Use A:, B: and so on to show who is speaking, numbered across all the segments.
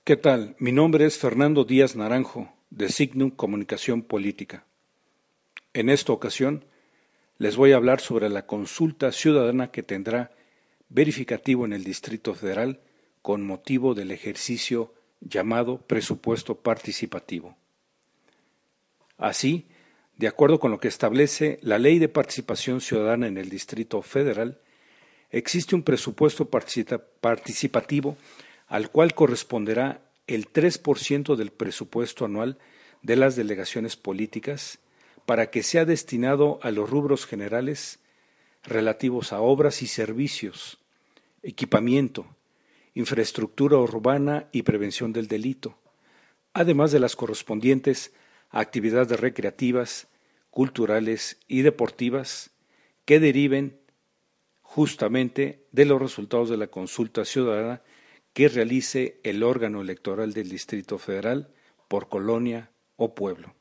A: ¿Qué tal? Mi nombre es Fernando Díaz Naranjo, de Signum Comunicación Política. En esta ocasión les voy a hablar sobre la consulta ciudadana que tendrá verificativo en el Distrito Federal con motivo del ejercicio llamado presupuesto participativo. Así, de acuerdo con lo que establece la Ley de Participación Ciudadana en el Distrito Federal, existe un presupuesto participativo al cual corresponderá el 3% del presupuesto anual de las delegaciones políticas para que sea destinado a los rubros generales relativos a obras y servicios, equipamiento, infraestructura urbana y prevención del delito, además de las correspondientes a actividades recreativas, culturales y deportivas que deriven justamente de los resultados de la consulta ciudadana que realice el órgano electoral del Distrito Federal por colonia o pueblo.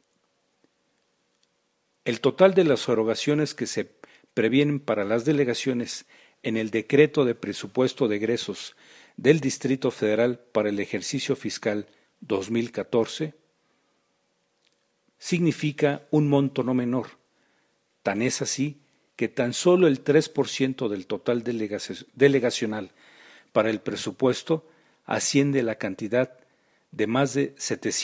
A: El total de las erogaciones que se previenen para las delegaciones en el decreto de presupuesto de egresos del Distrito Federal para el ejercicio fiscal 2014 significa un monto no menor. Tan es así que tan solo el 3% del total delegacional para el presupuesto asciende a la cantidad de más de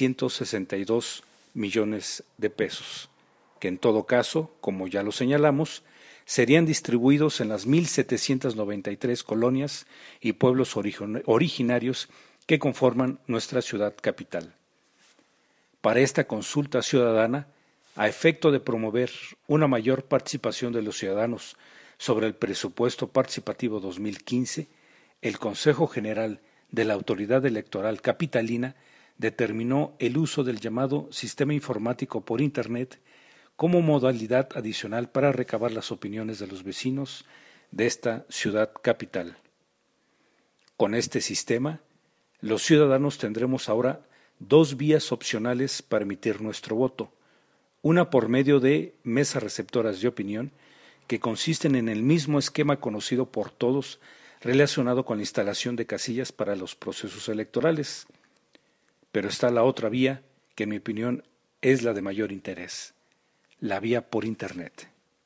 A: 762 millones de pesos, que en todo caso, como ya lo señalamos, serían distribuidos en las 1,793 colonias y pueblos originarios que conforman nuestra ciudad capital. Para esta consulta ciudadana, a efecto de promover una mayor participación de los ciudadanos sobre el presupuesto participativo 2015, el Consejo General de la Autoridad Electoral Capitalina determinó el uso del llamado Sistema Informático por Internet como modalidad adicional para recabar las opiniones de los vecinos de esta ciudad capital. Con este sistema, los ciudadanos tendremos ahora dos vías opcionales para emitir nuestro voto, una por medio de mesas receptoras de opinión, que consisten en el mismo esquema conocido por todos relacionado con la instalación de casillas para los procesos electorales. Pero está la otra vía, que en mi opinión es la de mayor interés, la vía por Internet.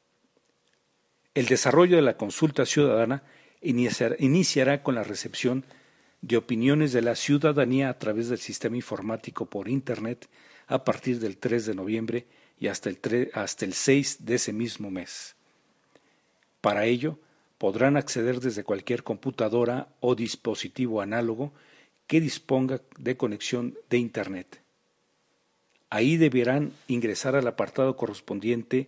A: El desarrollo de la consulta ciudadana iniciará con la recepción de opiniones de la ciudadanía a través del sistema informático por Internet a partir del 3 de noviembre y hasta el 6 de ese mismo mes. Para ello, podrán acceder desde cualquier computadora o dispositivo análogo que disponga de conexión de Internet. Ahí deberán ingresar al apartado correspondiente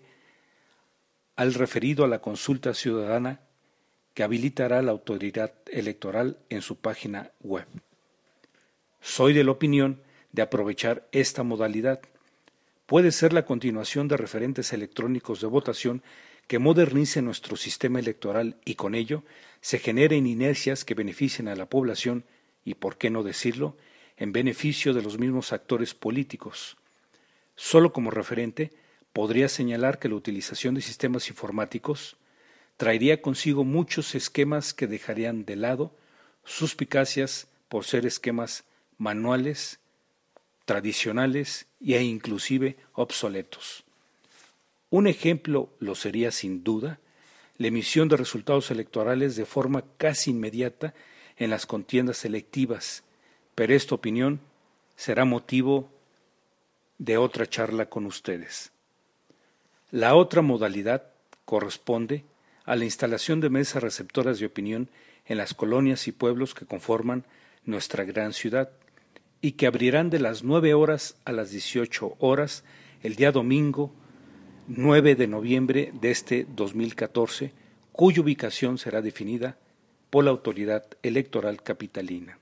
A: al referido a la consulta ciudadana que habilitará la autoridad electoral en su página web. Soy de la opinión de aprovechar esta modalidad. Puede ser la continuación de referentes electrónicos de votación que modernice nuestro sistema electoral y con ello se generen inercias que beneficien a la población y, por qué no decirlo, en beneficio de los mismos actores políticos. Solo como referente, podría señalar que la utilización de sistemas informáticos traería consigo muchos esquemas que dejarían de lado suspicacias por ser esquemas manuales, tradicionales e inclusive obsoletos. Un ejemplo lo sería sin duda la emisión de resultados electorales de forma casi inmediata en las contiendas selectivas, pero esta opinión será motivo de otra charla con ustedes. La otra modalidad corresponde a la instalación de mesas receptoras de opinión en las colonias y pueblos que conforman nuestra gran ciudad y que abrirán de las 9 horas a las 18 horas el día domingo 9 de noviembre de este 2014, cuya ubicación será definida por la autoridad electoral capitalina.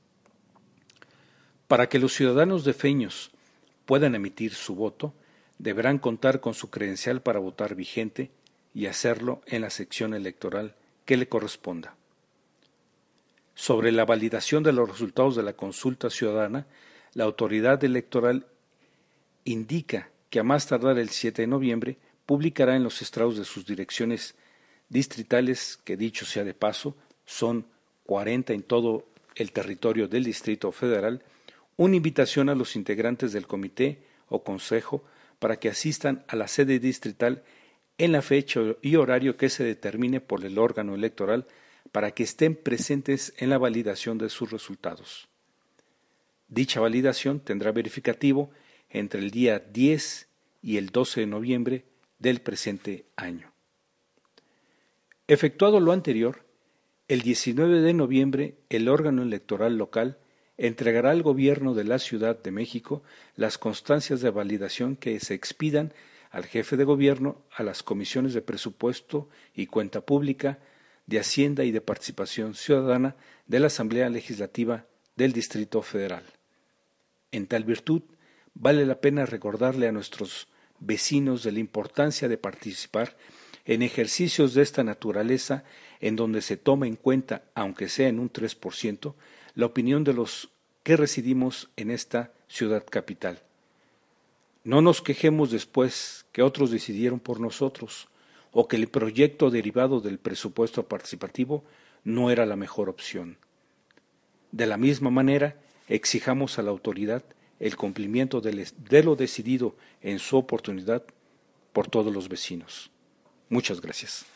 A: Para que los ciudadanos defeños puedan emitir su voto, deberán contar con su credencial para votar vigente y hacerlo en la sección electoral que le corresponda. Sobre la validación de los resultados de la consulta ciudadana, la autoridad electoral indica que a más tardar el 7 de noviembre publicará en los estrados de sus direcciones distritales, que dicho sea de paso, son 40 en todo el territorio del Distrito Federal, una invitación a los integrantes del comité o consejo para que asistan a la sede distrital en la fecha y horario que se determine por el órgano electoral para que estén presentes en la validación de sus resultados. Dicha validación tendrá verificativo entre el día 10 y el 12 de noviembre del presente año. Efectuado lo anterior, el 19 de noviembre el órgano electoral local entregará al Gobierno de la Ciudad de México las constancias de validación que se expidan al jefe de gobierno, a las comisiones de presupuesto y cuenta pública, de Hacienda y de Participación Ciudadana de la Asamblea Legislativa del Distrito Federal. En tal virtud, vale la pena recordarle a nuestros vecinos de la importancia de participar en ejercicios de esta naturaleza en donde se toma en cuenta, aunque sea en un 3%, la opinión de los que residimos en esta ciudad capital. No nos quejemos después que otros decidieron por nosotros o que el proyecto derivado del presupuesto participativo no era la mejor opción. De la misma manera, exijamos a la autoridad el cumplimiento de lo decidido en su oportunidad por todos los vecinos. Muchas gracias.